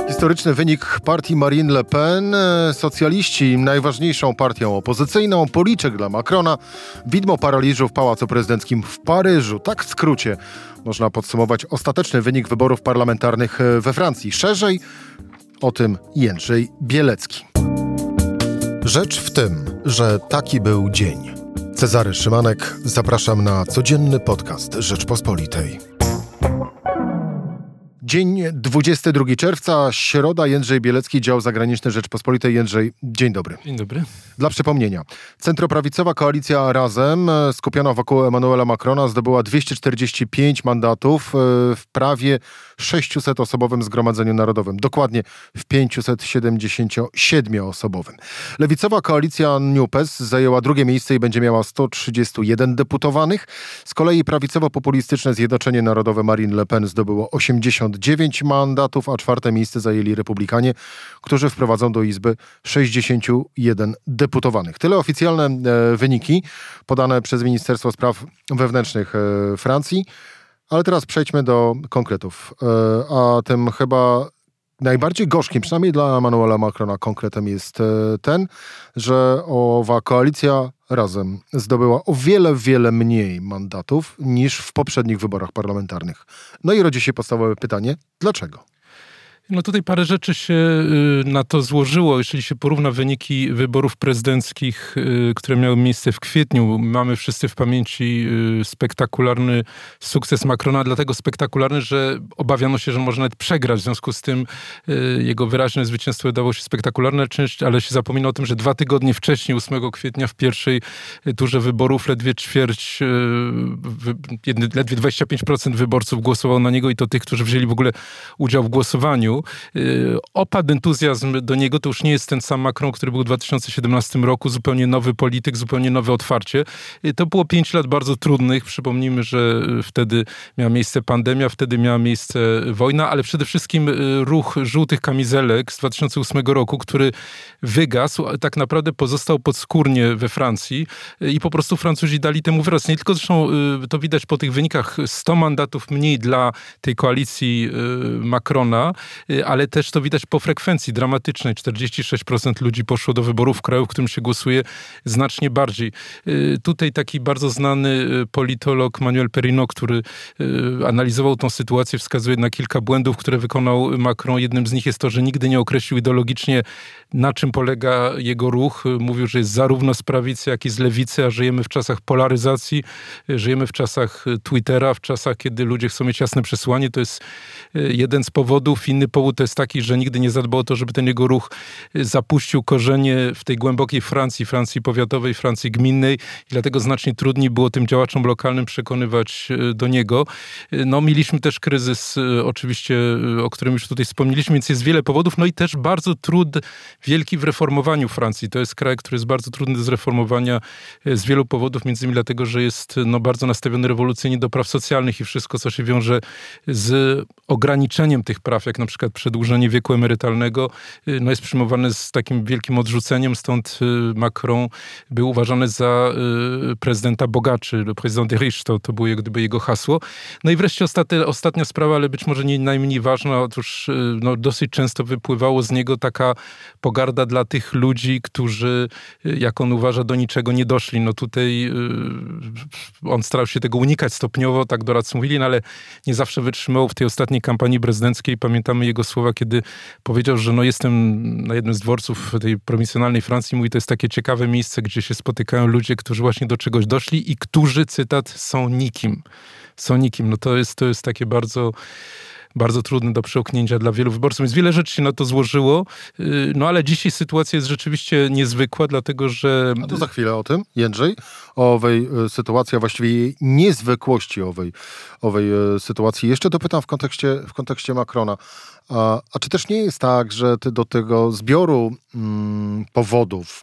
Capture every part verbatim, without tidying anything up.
Historyczny wynik partii Marine Le Pen. Socjaliści, najważniejszą partią opozycyjną, policzek dla Macrona, widmo paraliżu w Pałacu Prezydenckim w Paryżu. Tak w skrócie można podsumować ostateczny wynik wyborów parlamentarnych we Francji. Szerzej o tym Jędrzej Bielecki. Rzecz w tym, że taki był dzień. Cezary Szymanek, zapraszam na codzienny podcast Rzeczpospolitej. Dzień dwudziestego drugiego czerwca, środa, Jędrzej Bielecki, dział zagraniczny Rzeczpospolitej. Jędrzej, dzień dobry. Dzień dobry. Dla przypomnienia, centroprawicowa koalicja Razem, skupiona wokół Emmanuela Macrona, zdobyła dwieście czterdzieści pięć mandatów w prawie sześciusotoosobowym Zgromadzeniu Narodowym, dokładnie w pięćset-siedemdziesięcioosobowym. Lewicowa koalicja NUPES zajęła drugie miejsce i będzie miała sto trzydzieści jeden deputowanych. Z kolei prawicowo-populistyczne Zjednoczenie Narodowe Marine Le Pen zdobyło osiemdziesiąt dziewięć mandatów, a czwarte miejsce zajęli Republikanie, którzy wprowadzą do Izby sześćdziesiąt jeden deputowanych. Tyle oficjalne e, wyniki podane przez Ministerstwo Spraw Wewnętrznych e, Francji. Ale teraz przejdźmy do konkretów. E, a tym chyba najbardziej gorzkim, przynajmniej dla Emmanuela Macrona, konkretem jest e, ten, że owa koalicja Razem zdobyła o wiele, wiele mniej mandatów niż w poprzednich wyborach parlamentarnych. No i rodzi się podstawowe pytanie, dlaczego? No tutaj parę rzeczy się na to złożyło. Jeśli się porówna wyniki wyborów prezydenckich, które miały miejsce w kwietniu, mamy wszyscy w pamięci spektakularny sukces Macrona, dlatego spektakularny, że obawiano się, że może nawet przegrać. W związku z tym jego wyraźne zwycięstwo wydawało się spektakularne, ale się zapomina o tym, że dwa tygodnie wcześniej, ósmego kwietnia, w pierwszej turze wyborów ledwie ćwierć, ledwie dwadzieścia pięć procent wyborców głosowało na niego i to tych, którzy wzięli w ogóle udział w głosowaniu. Opadł entuzjazm do niego. To już nie jest ten sam Macron, który był w dwa tysiące siedemnastym roku. Zupełnie nowy polityk, zupełnie nowe otwarcie. To było pięć lat bardzo trudnych. Przypomnijmy, że wtedy miała miejsce pandemia, wtedy miała miejsce wojna, ale przede wszystkim ruch żółtych kamizelek z dwa tysiące ósmego roku, który wygasł, tak naprawdę pozostał podskórnie we Francji i po prostu Francuzi dali temu wyraz. Nie tylko zresztą to widać po tych wynikach, sto mandatów mniej dla tej koalicji Macrona, ale też to widać po frekwencji dramatycznej. czterdzieści sześć procent ludzi poszło do wyborów w kraju, w którym się głosuje znacznie bardziej. Tutaj taki bardzo znany politolog Manuel Perrinot, który analizował tą sytuację, wskazuje na kilka błędów, które wykonał Macron. Jednym z nich jest to, że nigdy nie określił ideologicznie, na czym polega jego ruch. Mówił, że jest zarówno z prawicy, jak i z lewicy, a żyjemy w czasach polaryzacji, żyjemy w czasach Twittera, w czasach, kiedy ludzie chcą mieć jasne przesłanie. To jest jeden z powodów. Inny powód to jest taki, że nigdy nie zadbał o to, żeby ten jego ruch zapuścił korzenie w tej głębokiej Francji, Francji powiatowej, Francji gminnej i dlatego znacznie trudniej było tym działaczom lokalnym przekonywać do niego. No, mieliśmy też kryzys, oczywiście, o którym już tutaj wspomnieliśmy, więc jest wiele powodów, no i też bardzo trud wielki w reformowaniu Francji. To jest kraj, który jest bardzo trudny do zreformowania z wielu powodów, między innymi dlatego, że jest no, bardzo nastawiony rewolucyjnie do praw socjalnych i wszystko, co się wiąże z ograniczeniem tych praw, jak na przykład przedłużenie wieku emerytalnego, no jest przyjmowane z takim wielkim odrzuceniem, stąd Macron był uważany za prezydenta bogaczy, prezydent des riches, to, to było jak gdyby jego hasło. No i wreszcie ostatnia, ostatnia sprawa, ale być może nie najmniej ważna, otóż no, dosyć często wypływało z niego taka pogarda dla tych ludzi, którzy, jak on uważa, do niczego nie doszli. No tutaj on starał się tego unikać stopniowo, tak doradcy mówili, no ale nie zawsze wytrzymał w tej ostatniej kampanii prezydenckiej. Pamiętamy jego słowa, kiedy powiedział, że no jestem na jednym z dworców tej prowincjonalnej Francji, mówi, to jest takie ciekawe miejsce, gdzie się spotykają ludzie, którzy właśnie do czegoś doszli i którzy, cytat, są nikim. Są nikim. No to jest, to jest takie bardzo... bardzo trudne do przełknięcia dla wielu wyborców. Więc wiele rzeczy się na to złożyło. No ale dzisiaj sytuacja jest rzeczywiście niezwykła, dlatego że... A to za chwilę o tym, Jędrzej, o owej sytuacji, a właściwie jej niezwykłości owej, owej sytuacji. Jeszcze dopytam w kontekście, w kontekście Macrona. A, a czy też nie jest tak, że ty do tego zbioru mm, powodów,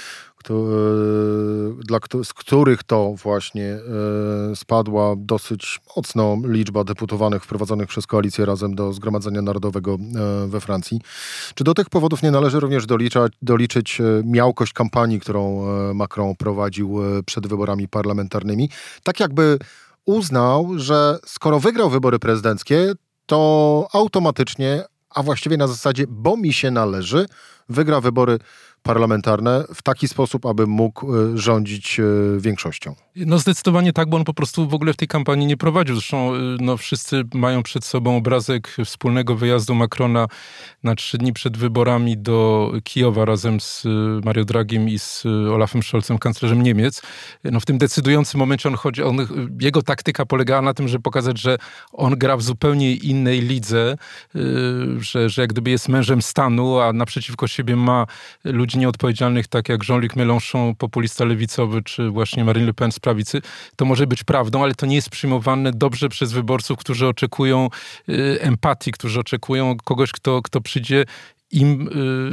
dla, z których to właśnie spadła dosyć mocno liczba deputowanych wprowadzonych przez koalicję Razem do Zgromadzenia Narodowego we Francji. Czy do tych powodów nie należy również doliczać, doliczyć miałkość kampanii, którą Macron prowadził przed wyborami parlamentarnymi? Tak jakby uznał, że skoro wygrał wybory prezydenckie, to automatycznie a właściwie na zasadzie, bo mi się należy, wygra wybory parlamentarne w taki sposób, aby mógł rządzić większością. No zdecydowanie tak, bo on po prostu w ogóle w tej kampanii nie prowadził. Zresztą no, wszyscy mają przed sobą obrazek wspólnego wyjazdu Macrona na trzy dni przed wyborami do Kijowa razem z Mario Dragim i z Olafem Scholzem, kanclerzem Niemiec. No w tym decydującym momencie on chodzi, on, jego taktyka polegała na tym, żeby pokazać, że on gra w zupełnie innej lidze, że, że jak gdyby jest mężem stanu, a naprzeciwko siebie ma ludzi nieodpowiedzialnych, tak jak Jean-Luc Mélenchon, populista lewicowy, czy właśnie Marine Le Pen z prawicy, to może być prawdą, ale to nie jest przyjmowane dobrze przez wyborców, którzy oczekują y, empatii, którzy oczekują kogoś, kto, kto przyjdzie im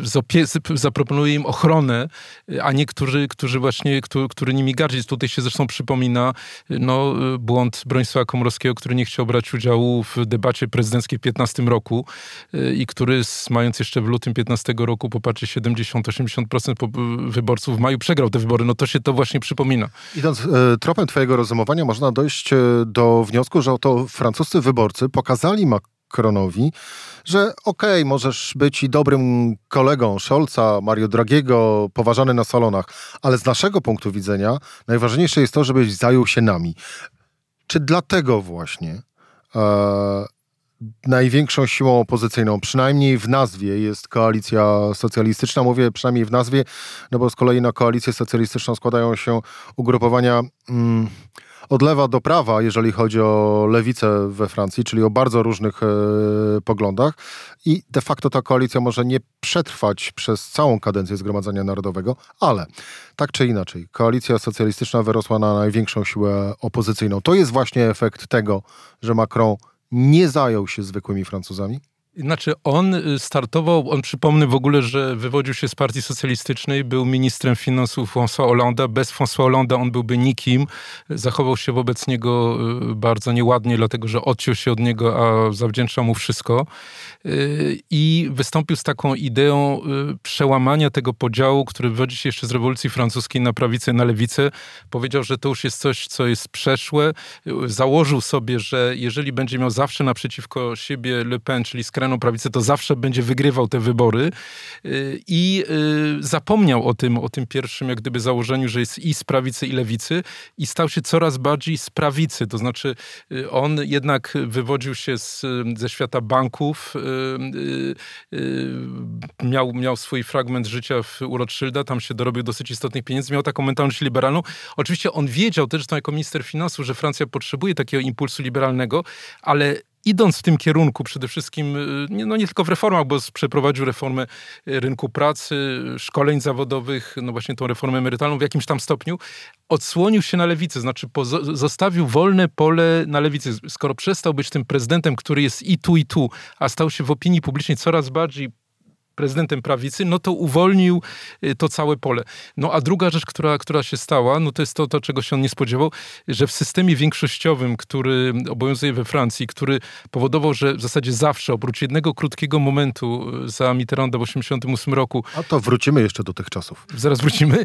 y, zaproponuje im ochronę, a nie którzy, którzy właśnie, który, który nimi gardzi. Tutaj się zresztą przypomina no, błąd Bronisława Komorowskiego, który nie chciał brać udziału w debacie prezydenckiej w piętnastym roku y, i który, mając jeszcze w lutym piętnastego roku poparcie siedemdziesiąt do osiemdziesięciu procent wyborców, w maju przegrał te wybory. No to się to właśnie przypomina. Idąc y, tropem twojego rozumowania, można dojść y, do wniosku, że oto francuscy wyborcy pokazali Macronowi, że okej, okay, możesz być i dobrym kolegą Scholza, Mario Dragiego, poważany na salonach, ale z naszego punktu widzenia najważniejsze jest to, żebyś zajął się nami. Czy dlatego właśnie e, największą siłą opozycyjną, przynajmniej w nazwie, jest koalicja socjalistyczna? Mówię przynajmniej w nazwie, no bo z kolei na koalicję socjalistyczną składają się ugrupowania mm, od lewa do prawa, jeżeli chodzi o lewicę we Francji, czyli o bardzo różnych e, poglądach i de facto ta koalicja może nie przetrwać przez całą kadencję Zgromadzenia Narodowego, ale tak czy inaczej, koalicja socjalistyczna wyrosła na największą siłę opozycyjną. To jest właśnie efekt tego, że Macron nie zajął się zwykłymi Francuzami? Znaczy on startował, on przypomnę w ogóle, że wywodził się z partii socjalistycznej, był ministrem finansów François Hollande'a. Bez François Hollande'a on byłby nikim. Zachował się wobec niego bardzo nieładnie, dlatego że odciął się od niego, a zawdzięcza mu wszystko. I wystąpił z taką ideą przełamania tego podziału, który wywodzi się jeszcze z rewolucji francuskiej na prawicę i na lewicę. Powiedział, że to już jest coś, co jest przeszłe. Założył sobie, że jeżeli będzie miał zawsze naprzeciwko siebie Le Pen, czyli skrajną prawicę, to zawsze będzie wygrywał te wybory i zapomniał o tym, o tym pierwszym jak gdyby założeniu, że jest i z prawicy i lewicy i stał się coraz bardziej z prawicy. To znaczy on jednak wywodził się z, ze świata banków, miał, miał swój fragment życia w u Rothschilda, tam się dorobił dosyć istotnych pieniędzy, miał taką mentalność liberalną. Oczywiście on wiedział też, że jako minister finansów, że Francja potrzebuje takiego impulsu liberalnego, ale idąc w tym kierunku przede wszystkim, no nie tylko w reformach, bo przeprowadził reformę rynku pracy, szkoleń zawodowych, no właśnie tą reformę emerytalną w jakimś tam stopniu, odsłonił się na lewicę, znaczy pozo- zostawił wolne pole na lewicy. Skoro przestał być tym prezydentem, który jest i tu, i tu, a stał się w opinii publicznej coraz bardziej prezydentem prawicy, no to uwolnił to całe pole. No a druga rzecz, która, która się stała, no to jest to, to, czego się on nie spodziewał, że w systemie większościowym, który obowiązuje we Francji, który powodował, że w zasadzie zawsze, oprócz jednego krótkiego momentu za Mitterranda w osiemdziesiątym ósmym roku... A to wrócimy jeszcze do tych czasów. Zaraz wrócimy.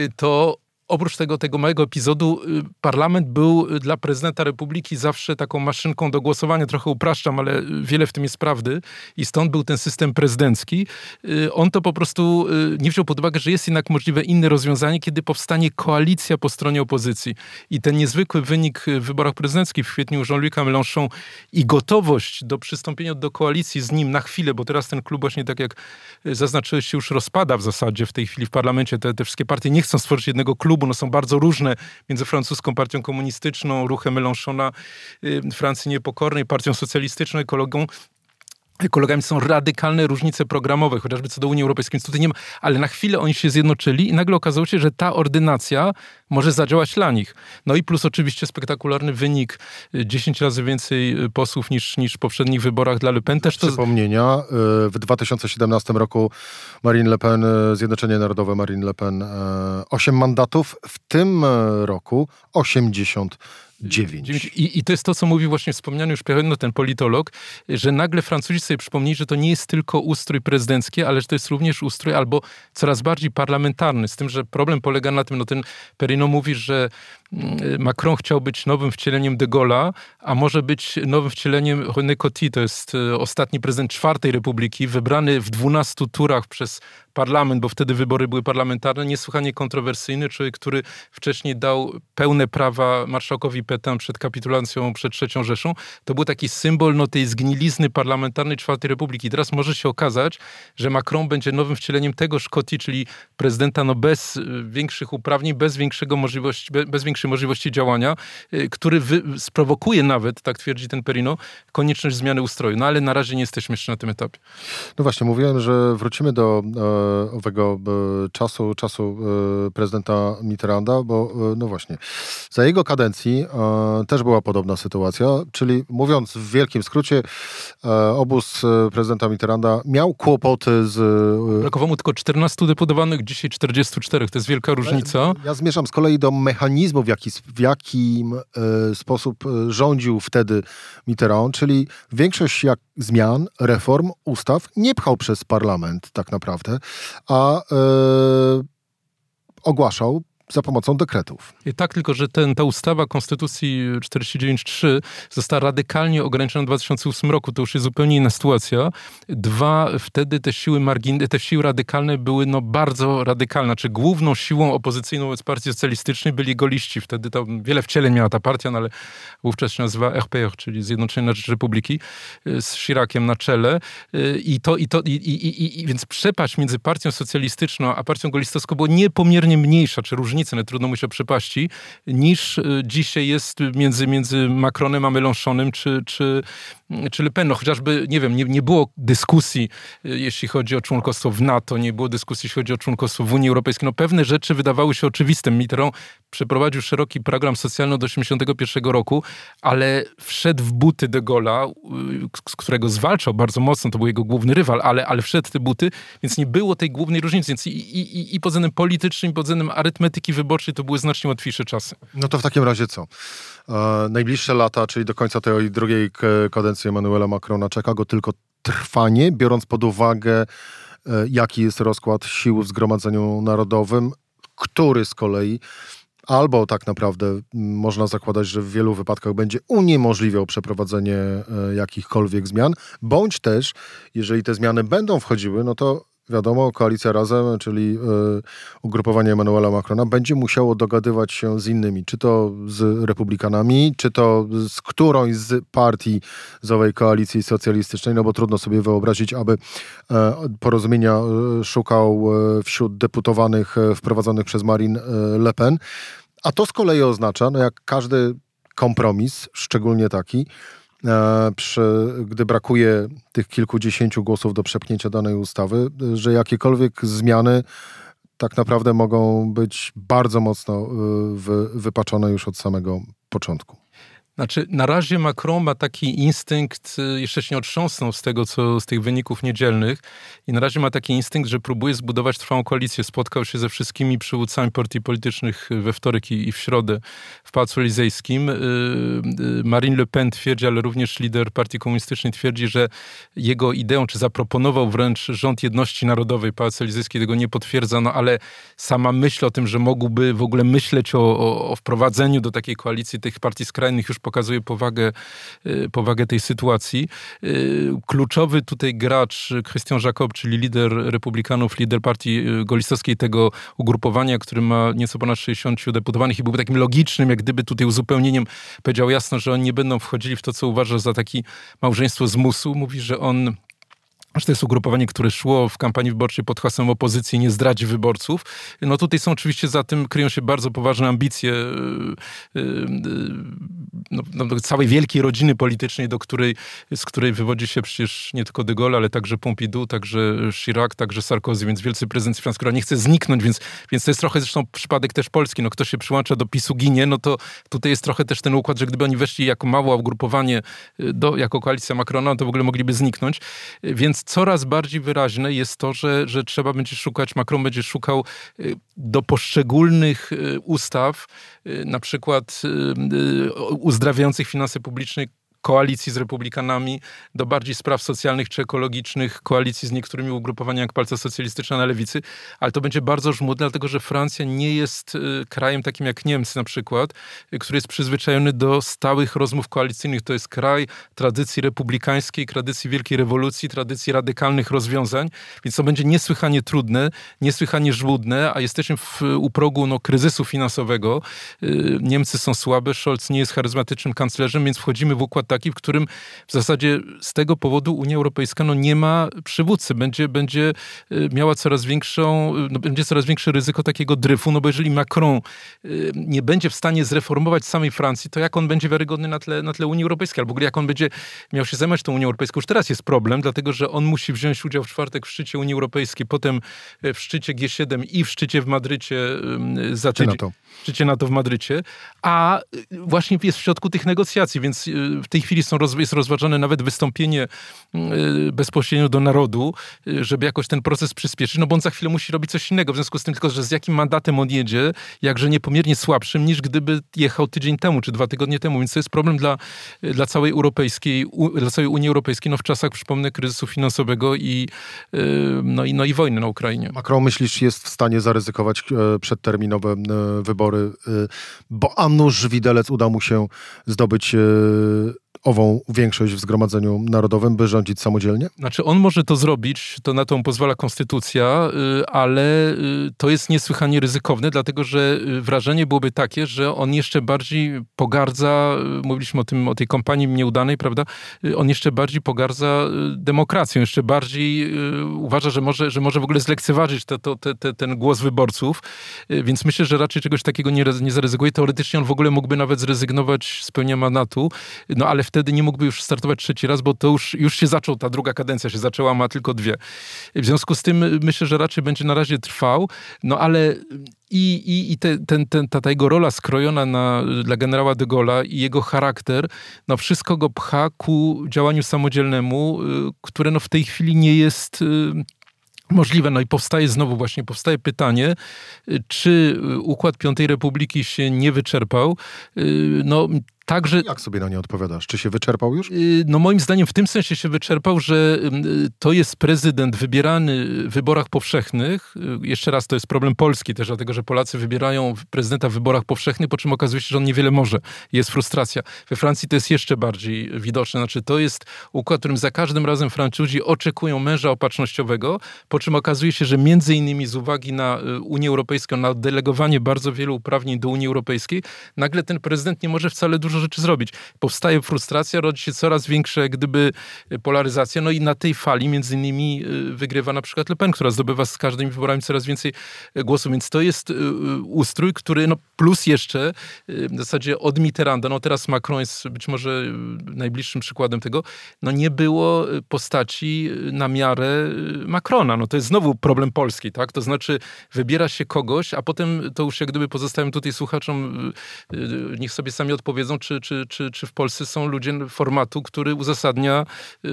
To oprócz tego, tego małego epizodu, parlament był dla prezydenta Republiki zawsze taką maszynką do głosowania. Trochę upraszczam, ale wiele w tym jest prawdy. I stąd był ten system prezydencki. On to po prostu nie wziął pod uwagę, że jest jednak możliwe inne rozwiązanie, kiedy powstanie koalicja po stronie opozycji. I ten niezwykły wynik w wyborach prezydenckich w kwietniu Jean-Luc'a Mélenchon i gotowość do przystąpienia do koalicji z nim na chwilę, bo teraz ten klub właśnie, tak jak zaznaczyłeś, się już rozpada w zasadzie w tej chwili w parlamencie. Te, te wszystkie partie nie chcą stworzyć jednego klubu, no są bardzo różne między francuską partią komunistyczną, ruchem Mélenchona, Francji Niepokornej, partią socjalistyczną, ekologią. Ekologami są radykalne różnice programowe, chociażby co do Unii Europejskiej, więc tutaj nie ma, ale na chwilę oni się zjednoczyli i nagle okazało się, że ta ordynacja może zadziałać dla nich. No i plus oczywiście spektakularny wynik, dziesięć razy więcej posłów niż, niż w poprzednich wyborach dla Le Pen. Też to... Przypomnienia, w dwa tysiące siedemnastym roku Marine Le Pen, Zjednoczenie Narodowe Marine Le Pen, osiem mandatów, w tym roku osiemdziesiąt dziewięć. I, I to jest to, co mówi właśnie wspomniany już no, ten politolog, że nagle Francuzi sobie przypomnieli, że to nie jest tylko ustrój prezydencki, ale że to jest również ustrój albo coraz bardziej parlamentarny. Z tym, że problem polega na tym, no ten Perrineau mówi, że Macron chciał być nowym wcieleniem de Gaulle'a, a może być nowym wcieleniem René Coty, to jest ostatni prezydent czwartej Republiki, wybrany w dwunastu turach przez parlament, bo wtedy wybory były parlamentarne, niesłychanie kontrowersyjny, człowiek, który wcześniej dał pełne prawa marszałkowi Pétain przed kapitulacją, przed trzecią Rzeszą. To był taki symbol no, tej zgnilizny parlamentarnej czwartej Republiki. Teraz może się okazać, że Macron będzie nowym wcieleniem tegoż Coty, czyli prezydenta no, bez większych uprawnień, bez, większego możliwości, bez większej możliwości działania, który wy, sprowokuje nawet, tak twierdzi ten Perino, konieczność zmiany ustroju. No ale na razie nie jesteśmy jeszcze na tym etapie. No właśnie, mówiłem, że wrócimy do e, owego e, czasu, czasu e, prezydenta Mitterranda, bo e, no właśnie, za jego kadencji e, też była podobna sytuacja, czyli mówiąc w wielkim skrócie, e, obóz prezydenta Mitterranda miał kłopoty z... E, Brakowało mu tylko czternastu deputowanych, dzisiaj czterdziestu czterech. To jest wielka różnica. Ja zmierzam z kolei do mechanizmu, w jaki, w jakim e, sposób rządził wtedy Mitterrand, czyli większość jak zmian, reform, ustaw nie pchał przez parlament tak naprawdę, a e, ogłaszał za pomocą dekretów. I tak, tylko że ten, ta ustawa Konstytucji czterdzieści dziewięć trzy została radykalnie ograniczona w dwa tysiące ósmym roku. To już jest zupełnie inna sytuacja. Dwa, wtedy te siły margin, te siły radykalne były no bardzo radykalne. Znaczy główną siłą opozycyjną wobec partii socjalistycznej byli goliści. Wtedy tam wiele wcieleń miała ta partia, no ale wówczas się nazywa R P R, czyli Zjednoczenie na Rzecz Republiki, z Chiraciem na czele. I to, i to, i, i, i, i więc przepaść między partią socjalistyczną a partią golistowską była niepomiernie mniejsza, czy różnica, no, trudno mówić o przepaści, niż dzisiaj jest między, między Macronem a Mélenchonem czy, czy, czy Le Pen. No, chociażby, nie wiem, nie, nie było dyskusji, jeśli chodzi o członkostwo w NATO, nie było dyskusji, jeśli chodzi o członkostwo w Unii Europejskiej. No, pewne rzeczy wydawały się oczywiste. Mitterrand przeprowadził szeroki program socjalny od osiemdziesiątego pierwszego roku, ale wszedł w buty de Gaulle'a, z którego zwalczał bardzo mocno, to był jego główny rywal, ale, ale wszedł w te buty, więc nie było tej głównej różnicy. Więc i, i, i pod względem politycznym, i pod względem arytmetyki wyborczej to były znacznie łatwiejsze czasy. No to w takim razie co? E, najbliższe lata, czyli do końca tej drugiej kadencji Emmanuela Macrona, czeka go tylko trwanie, biorąc pod uwagę, e, jaki jest rozkład sił w Zgromadzeniu Narodowym, który z kolei albo tak naprawdę można zakładać, że w wielu wypadkach będzie uniemożliwiał przeprowadzenie e, jakichkolwiek zmian, bądź też, jeżeli te zmiany będą wchodziły, no to wiadomo, koalicja Razem, czyli y, ugrupowanie Emmanuela Macrona, będzie musiało dogadywać się z innymi, czy to z republikanami, czy to z którąś z partii z owej koalicji socjalistycznej, no bo trudno sobie wyobrazić, aby e, porozumienia e, szukał e, wśród deputowanych e, wprowadzonych przez Marine e, Le Pen. A to z kolei oznacza, no jak każdy kompromis, szczególnie taki, Przy, gdy brakuje tych kilkudziesięciu głosów do przepchnięcia danej ustawy, że jakiekolwiek zmiany tak naprawdę mogą być bardzo mocno wy, wypaczone już od samego początku. Znaczy, na razie Macron ma taki instynkt, jeszcze się nie otrząsnął z tego, co z tych wyników niedzielnych i na razie ma taki instynkt, że próbuje zbudować trwałą koalicję. Spotkał się ze wszystkimi przywódcami partii politycznych we wtorek i w środę w Pałacu Elizejskim. Marine Le Pen twierdzi, ale również lider partii komunistycznej twierdzi, że jego ideą, czy zaproponował wręcz rząd jedności narodowej. Pałac Elizejski tego nie potwierdza, no ale sama myśl o tym, że mógłby w ogóle myśleć o, o, o wprowadzeniu do takiej koalicji tych partii skrajnych już pokazuje powagę, powagę tej sytuacji. Kluczowy tutaj gracz Christian Jacob, czyli lider republikanów, lider partii golistowskiej tego ugrupowania, który ma nieco ponad sześćdziesięciu deputowanych i byłby takim logicznym, jak gdyby tutaj uzupełnieniem powiedział jasno, że oni nie będą wchodzili w to, co uważa za takie małżeństwo z musu. Mówi, że on że to jest ugrupowanie, które szło w kampanii wyborczej pod hasłem opozycji, nie zdradzi wyborców. No tutaj są oczywiście za tym, kryją się bardzo poważne ambicje no, no, całej wielkiej rodziny politycznej, do której, z której wywodzi się przecież nie tylko de Gaulle, ale także Pompidou, także Chirac, także Sarkozy, więc wielcy prezydenci Francji, która nie chce zniknąć, więc, więc to jest trochę zresztą przypadek też Polski. No kto się przyłącza do PiSu, ginie, no to tutaj jest trochę też ten układ, że gdyby oni weszli jako małe ugrupowanie, do, jako koalicja Macrona, to w ogóle mogliby zniknąć. Więc coraz bardziej wyraźne jest to, że, że trzeba będzie szukać, Macron będzie szukał do poszczególnych ustaw, na przykład uzdrawiających finanse publiczne, koalicji z republikanami, do bardziej spraw socjalnych czy ekologicznych, koalicji z niektórymi ugrupowaniami jak Partia Socjalistyczna na lewicy, ale to będzie bardzo żmudne, dlatego że Francja nie jest krajem takim jak Niemcy na przykład, który jest przyzwyczajony do stałych rozmów koalicyjnych. To jest kraj tradycji republikańskiej, tradycji wielkiej rewolucji, tradycji radykalnych rozwiązań, więc to będzie niesłychanie trudne, niesłychanie żmudne, a jesteśmy w, u progu no, kryzysu finansowego. Niemcy są słabe, Scholz nie jest charyzmatycznym kanclerzem, więc wchodzimy w układ taki, w którym w zasadzie z tego powodu Unia Europejska no, nie ma przywódcy. Będzie, będzie miała coraz większą, no, będzie coraz większe ryzyko takiego dryfu, no bo jeżeli Macron nie będzie w stanie zreformować samej Francji, to jak on będzie wiarygodny na tle, na tle Unii Europejskiej, albo w ogóle jak on będzie miał się zajmować tą Unią Europejską. Już teraz jest problem, dlatego że on musi wziąć udział w czwartek w szczycie Unii Europejskiej, potem w szczycie G siedem i w szczycie w Madrycie za tydzień. NATO. Szczycie NATO w Madrycie, a właśnie jest w środku tych negocjacji, więc w tej chwili są, jest rozważane nawet wystąpienie bezpośrednio do narodu, żeby jakoś ten proces przyspieszyć, no bo on za chwilę musi robić coś innego, w związku z tym tylko, że z jakim mandatem on jedzie, jakże niepomiernie słabszym niż gdyby jechał tydzień temu, czy dwa tygodnie temu, więc to jest problem dla, dla całej europejskiej, dla całej Unii Europejskiej, no w czasach, przypomnę, kryzysu finansowego i, no i, no i wojny na Ukrainie. Macron, myślisz, jest w stanie zaryzykować przedterminowe wybory, bo a nuż widelec uda mu się zdobyć ową większość w Zgromadzeniu Narodowym, by rządzić samodzielnie? Znaczy on może to zrobić, to na to mu pozwala konstytucja, ale to jest niesłychanie ryzykowne, dlatego że wrażenie byłoby takie, że on jeszcze bardziej pogardza, mówiliśmy o tym, o tej kampanii nieudanej, prawda? On jeszcze bardziej pogardza demokracją, jeszcze bardziej uważa, że może, że może w ogóle zlekceważyć to, to, te, te, ten głos wyborców, więc myślę, że raczej czegoś takiego nie, nie zaryzykuje. Teoretycznie on w ogóle mógłby nawet zrezygnować z pełnienia mandatu, no ale wtedy nie mógłby już startować trzeci raz, bo to już, już się zaczął, ta druga kadencja się zaczęła, ma tylko dwie. W związku z tym myślę, że raczej będzie na razie trwał, no ale i, i, i te, ten, ten, ta, ta jego rola skrojona na, dla generała de Gaulle'a i jego charakter, no wszystko go pcha ku działaniu samodzielnemu, które no w tej chwili nie jest możliwe. No i powstaje znowu właśnie, powstaje pytanie, czy układ Piątej Republiki się nie wyczerpał. No Także, jak sobie na nie odpowiadasz? Czy się wyczerpał już? No moim zdaniem w tym sensie się wyczerpał, że to jest prezydent wybierany w wyborach powszechnych. Jeszcze raz, to jest problem Polski też, dlatego że Polacy wybierają prezydenta w wyborach powszechnych, po czym okazuje się, że on niewiele może. Jest frustracja. We Francji to jest jeszcze bardziej widoczne. Znaczy to jest układ, w którym za każdym razem Francuzi oczekują męża opatrznościowego, po czym okazuje się, że między innymi z uwagi na Unię Europejską, na delegowanie bardzo wielu uprawnień do Unii Europejskiej, nagle ten prezydent nie może wcale dużo rzeczy zrobić. Powstaje frustracja, rodzi się coraz większa jak gdyby polaryzacja, no i na tej fali między innymi wygrywa na przykład Le Pen, która zdobywa z każdymi wyborami coraz więcej głosów, więc to jest ustrój, który, no plus jeszcze w zasadzie od Mitterranda, no teraz Macron jest być może najbliższym przykładem tego, no nie było postaci na miarę Macrona, no to jest znowu problem Polski, tak, to znaczy wybiera się kogoś, a potem to już jak gdyby pozostawiam tutaj słuchaczom, niech sobie sami odpowiedzą, czy, czy, czy, czy w Polsce są ludzie formatu, który uzasadnia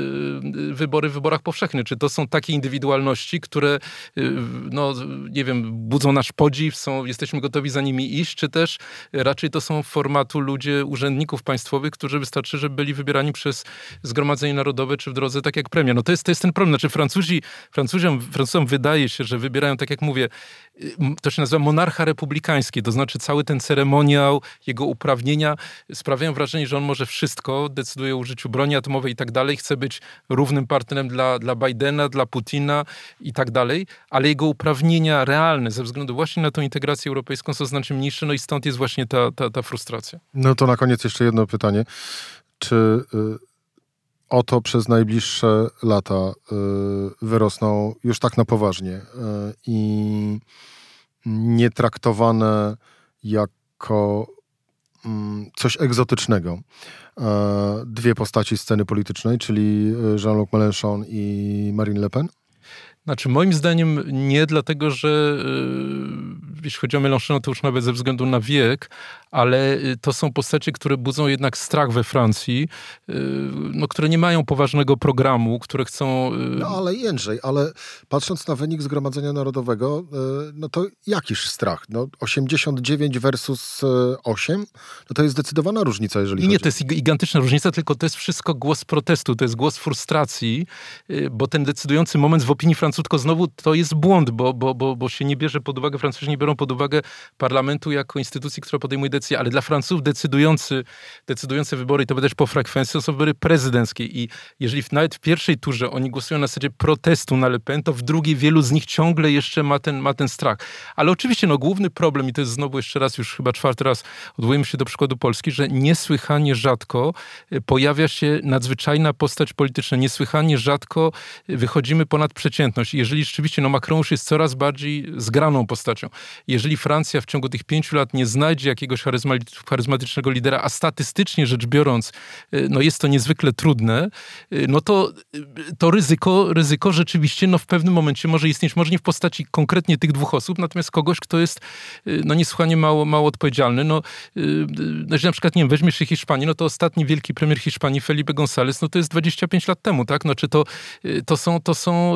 wybory w wyborach powszechnych. Czy to są takie indywidualności, które, no nie wiem, budzą nasz podziw, są, jesteśmy gotowi za nimi iść, czy też raczej to są formatu ludzie, urzędników państwowych, którzy wystarczy, żeby byli wybierani przez Zgromadzenie Narodowe, czy w drodze tak jak premier. No to jest, to jest ten problem. Znaczy Francuzi, Francuzom, Francuzom wydaje się, że wybierają, tak jak mówię, to się nazywa monarcha republikański, to znaczy cały ten ceremoniał, jego uprawnienia sprawiają wrażenie, że on może wszystko, decyduje o użyciu broni atomowej i tak dalej, chce być równym partnerem dla, dla Bidena, dla Putina i tak dalej, ale jego uprawnienia realne ze względu właśnie na tą integrację europejską są znacznie mniejsze, no i stąd jest właśnie ta, ta, ta frustracja. No to na koniec jeszcze jedno pytanie. Czy y, oto przez najbliższe lata y, wyrosną już tak na poważnie y, i nie traktowane jako coś egzotycznego. Dwie postaci sceny politycznej, czyli Jean-Luc Mélenchon i Marine Le Pen? Znaczy moim zdaniem nie, dlatego że yy, jeśli chodzi o Mélenchona, to już nawet ze względu na wiek, ale to są postacie, które budzą jednak strach we Francji, yy, no, które nie mają poważnego programu, które chcą... Yy... No ale Jędrzej, ale patrząc na wynik Zgromadzenia Narodowego, yy, no to jakiż strach? No osiemdziesiąt dziewięć versus osiem? No to jest zdecydowana różnica, jeżeli I nie, chodzi... to jest gigantyczna różnica, tylko to jest wszystko głos protestu, to jest głos frustracji, yy, bo ten decydujący moment w opinii Francji tylko znowu to jest błąd, bo, bo, bo, bo się nie bierze pod uwagę, Francuzi nie biorą pod uwagę parlamentu jako instytucji, która podejmuje decyzje, ale dla Francuzów decydujący, decydujące wybory, i to też po frekwencji, to są wybory prezydenckie i jeżeli nawet w pierwszej turze oni głosują na zasadzie protestu na Le Pen, to w drugiej wielu z nich ciągle jeszcze ma ten, ma ten strach. Ale oczywiście no, główny problem, i to jest znowu jeszcze raz, już chyba czwarty raz odwołujemy się do przykładu Polski, że niesłychanie rzadko pojawia się nadzwyczajna postać polityczna, niesłychanie rzadko wychodzimy ponad przeciętność. Jeżeli rzeczywiście, no Macron już jest coraz bardziej zgraną postacią. Jeżeli Francja w ciągu tych pięciu lat nie znajdzie jakiegoś charyzmatycznego lidera, a statystycznie rzecz biorąc, no jest to niezwykle trudne, no to, to ryzyko, ryzyko rzeczywiście no w pewnym momencie może istnieć, może nie w postaci konkretnie tych dwóch osób, natomiast kogoś, kto jest no niesłychanie mało, mało odpowiedzialny. No, no na przykład, nie wiem, weźmiesz się Hiszpanii, no to ostatni wielki premier Hiszpanii, Felipe González, no to jest dwadzieścia pięć lat temu, tak? No czy to, to są, to są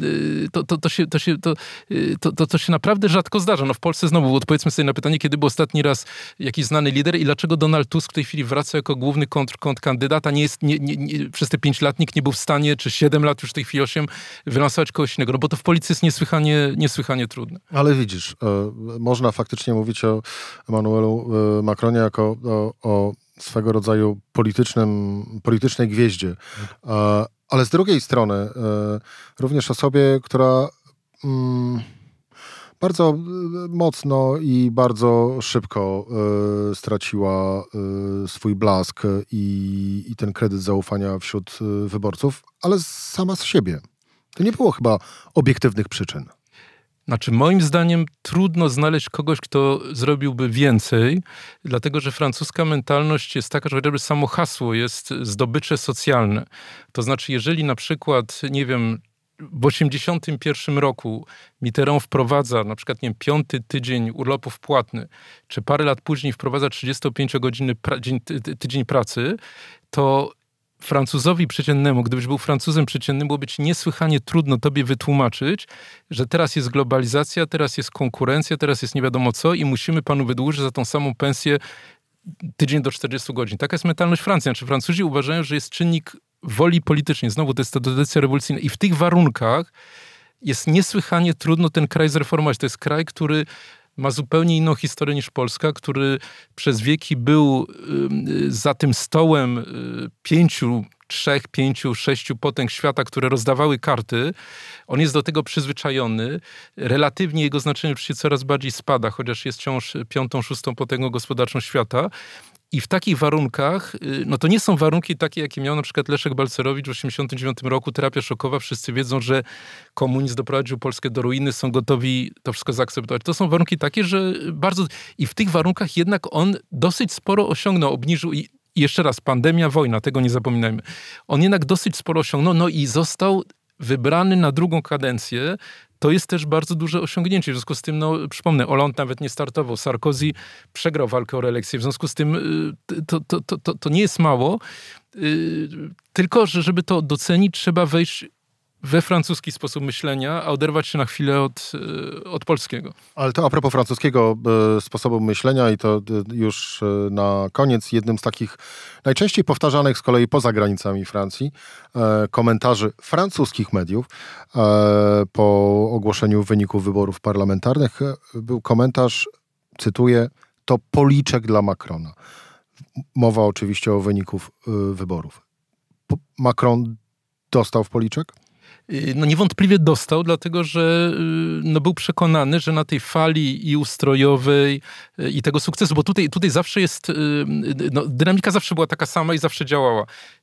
To, to, to, się, to, się, to, to, to, to się naprawdę rzadko zdarza. No w Polsce znowu odpowiedzmy sobie na pytanie, kiedy był ostatni raz jakiś znany lider i dlaczego Donald Tusk w tej chwili wraca jako główny kontr, kontrkandydat, a nie jest, nie, nie, nie, przez te pięć lat nikt nie był w stanie, czy siedem lat, już w tej chwili osiem, wylansować kogoś innego. No bo to w policji jest niesłychanie, niesłychanie trudne. Ale widzisz, e, można faktycznie mówić o Emmanuelu e, Macronie jako o, o swego rodzaju politycznym, politycznej gwieździe. E, ale z drugiej strony e, również osobie, która mm, bardzo mocno i bardzo szybko e, straciła e, swój blask i, i ten kredyt zaufania wśród e, wyborców, ale sama z siebie. To nie było chyba obiektywnych przyczyn. Znaczy, moim zdaniem trudno znaleźć kogoś, kto zrobiłby więcej, dlatego że francuska mentalność jest taka, że chociażby samo hasło jest zdobycze socjalne. To znaczy, jeżeli na przykład, nie wiem, w osiemdziesiątym pierwszym roku Mitterrand wprowadza na przykład, nie wiem, piąty tydzień urlopów płatny, czy parę lat później wprowadza trzydziestopięciogodzinny pra- dzień, ty, tydzień pracy, to Francuzowi przeciętnemu, gdybyś był Francuzem przeciętnym, byłoby ci niesłychanie trudno tobie wytłumaczyć, że teraz jest globalizacja, teraz jest konkurencja, teraz jest nie wiadomo co i musimy panu wydłużyć za tą samą pensję tydzień do czterdziestu godzin. Taka jest mentalność Francji. Znaczy Francuzi uważają, że jest czynnik woli politycznej. Znowu to jest ta tradycja rewolucyjna. I w tych warunkach jest niesłychanie trudno ten kraj zreformować. To jest kraj, który ma zupełnie inną historię niż Polska, który przez wieki był za tym stołem pięciu, trzech, pięciu, sześciu potęg świata, które rozdawały karty. On jest do tego przyzwyczajony. Relatywnie jego znaczenie oczywiście coraz bardziej spada, chociaż jest wciąż piątą, szóstą potęgą gospodarczą świata. I w takich warunkach, no to nie są warunki takie, jakie miał na przykład Leszek Balcerowicz w osiemdziesiątym dziewiątym roku, terapia szokowa. Wszyscy wiedzą, że komunizm doprowadził Polskę do ruiny, są gotowi to wszystko zaakceptować. To są warunki takie, że bardzo... I w tych warunkach jednak on dosyć sporo osiągnął, obniżył... I jeszcze raz, pandemia, wojna, tego nie zapominajmy. On jednak dosyć sporo osiągnął, no i został wybrany na drugą kadencję. To jest też bardzo duże osiągnięcie. W związku z tym, no przypomnę, Hollande nawet nie startował. Sarkozy przegrał walkę o reelekcję. W związku z tym to, to, to, to, to nie jest mało. Tylko, że żeby to docenić, trzeba wejść we francuski sposób myślenia, a oderwać się na chwilę od, od polskiego. Ale to a propos francuskiego e, sposobu myślenia i to e, już e, na koniec jednym z takich najczęściej powtarzanych z kolei poza granicami Francji e, komentarzy francuskich mediów e, po ogłoszeniu wyników wyborów parlamentarnych e, był komentarz, cytuję, to policzek dla Macrona. Mowa oczywiście o wyników e, wyborów. P- Macron dostał w policzek? No niewątpliwie dostał, dlatego że no, był przekonany, że na tej fali i ustrojowej i tego sukcesu, bo tutaj, tutaj zawsze jest, no, dynamika zawsze była taka sama i zawsze działała.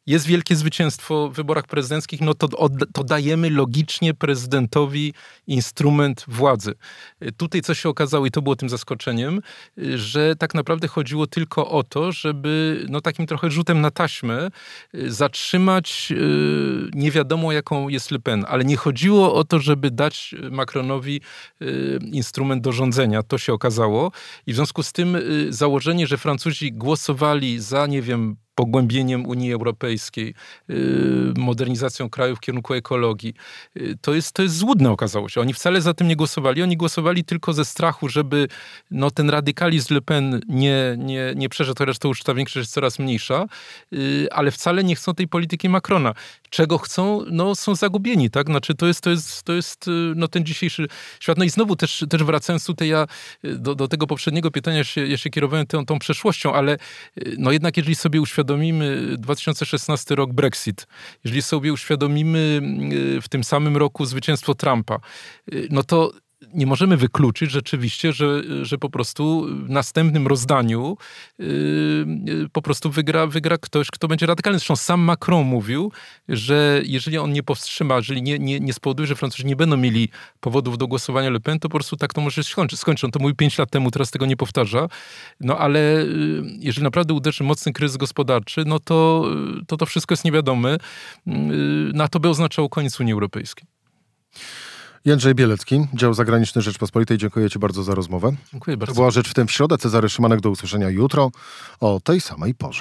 jest wielkie zwycięstwo w wyborach prezydenckich, no to, to dajemy logicznie prezydentowi instrument władzy. Tutaj co się okazało, i to było tym zaskoczeniem, że tak naprawdę chodziło tylko o to, żeby no takim trochę rzutem na taśmę zatrzymać nie wiadomo jaką jest Le Pen, ale nie chodziło o to, żeby dać Macronowi instrument do rządzenia. To się okazało i w związku z tym założenie, że Francuzi głosowali za, nie wiem, pogłębieniem Unii Europejskiej, modernizacją kraju w kierunku ekologii. To jest, to jest złudne, okazało się. Oni wcale za tym nie głosowali. Oni głosowali tylko ze strachu, żeby no, ten radykalizm Le Pen nie, nie, nie przeszedł, chociaż to już ta większość jest coraz mniejsza, ale wcale nie chcą tej polityki Macrona. Czego chcą? No są zagubieni, tak? Znaczy to jest, to jest, to jest no, ten dzisiejszy świat. No i znowu też, też wracając tutaj, ja do, do tego poprzedniego pytania się, ja się kierowałem tą, tą przeszłością, ale no jednak jeżeli sobie uświadomimy dwa tysiące szesnasty rok Brexit, jeżeli sobie uświadomimy w tym samym roku zwycięstwo Trumpa, no to nie możemy wykluczyć rzeczywiście, że, że po prostu w następnym rozdaniu yy, po prostu wygra, wygra ktoś, kto będzie radykalny. Zresztą sam Macron mówił, że jeżeli on nie powstrzyma, jeżeli nie, nie, nie spowoduje, że Francuzi nie będą mieli powodów do głosowania Le Pen, to po prostu tak to może się skończyć. skończyć. On to mówił pięć lat temu, teraz tego nie powtarza. No ale yy, jeżeli naprawdę uderzy mocny kryzys gospodarczy, no to to, to wszystko jest niewiadome. Yy, na to by oznaczało koniec Unii Europejskiej. Jędrzej Bielecki, Dział Zagraniczny Rzeczpospolitej. Dziękuję Ci bardzo za rozmowę. Dziękuję bardzo. To była Rzecz w tym w środę. Cezary Szymanek, do usłyszenia jutro o tej samej porze.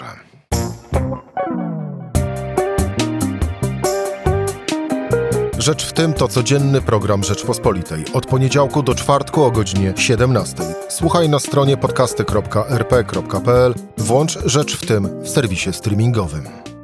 Rzecz w tym to codzienny program Rzeczpospolitej. Od poniedziałku do czwartku o godzinie siedemnastej. Słuchaj na stronie podcasty kropka er pe kropka pe el. Włącz Rzecz w tym w serwisie streamingowym.